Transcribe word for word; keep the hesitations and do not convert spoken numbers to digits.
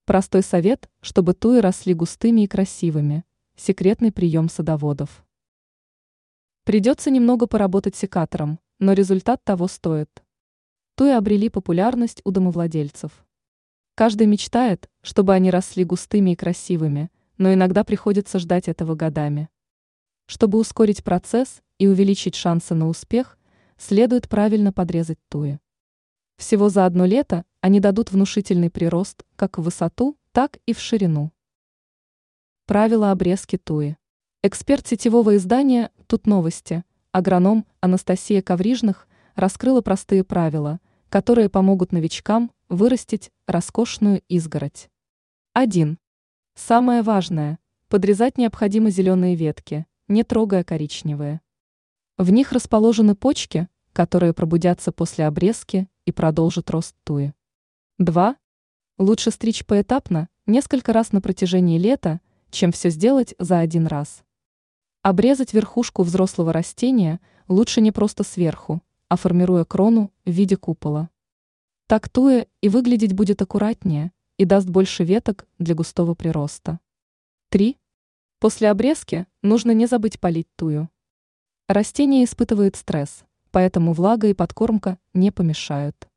Простой совет, чтобы туи росли густыми и красивыми. Секретный прием садоводов. Придется немного поработать секатором, но результат того стоит. Туи обрели популярность у домовладельцев. Каждый мечтает, чтобы они росли густыми и красивыми, но иногда приходится ждать этого годами. Чтобы ускорить процесс и увеличить шансы на успех, следует правильно подрезать туи. Всего за одно лето они дадут внушительный прирост как в высоту, так и в ширину. Правила обрезки туи. Эксперт сетевого издания «Тут новости», агроном Анастасия Коврижных раскрыла простые правила, которые помогут новичкам вырастить роскошную изгородь. один. Самое важное – подрезать необходимо зеленые ветки, не трогая коричневые. В них расположены почки, которые пробудятся после обрезки и продолжат рост туи. два. Лучше стричь поэтапно, несколько раз на протяжении лета, чем все сделать за один раз. Обрезать верхушку взрослого растения лучше не просто сверху, а формируя крону в виде купола. Так туя и выглядеть будет аккуратнее и даст больше веток для густого прироста. три. После обрезки нужно не забыть полить тую. Растение испытывает стресс, поэтому влага и подкормка не помешают.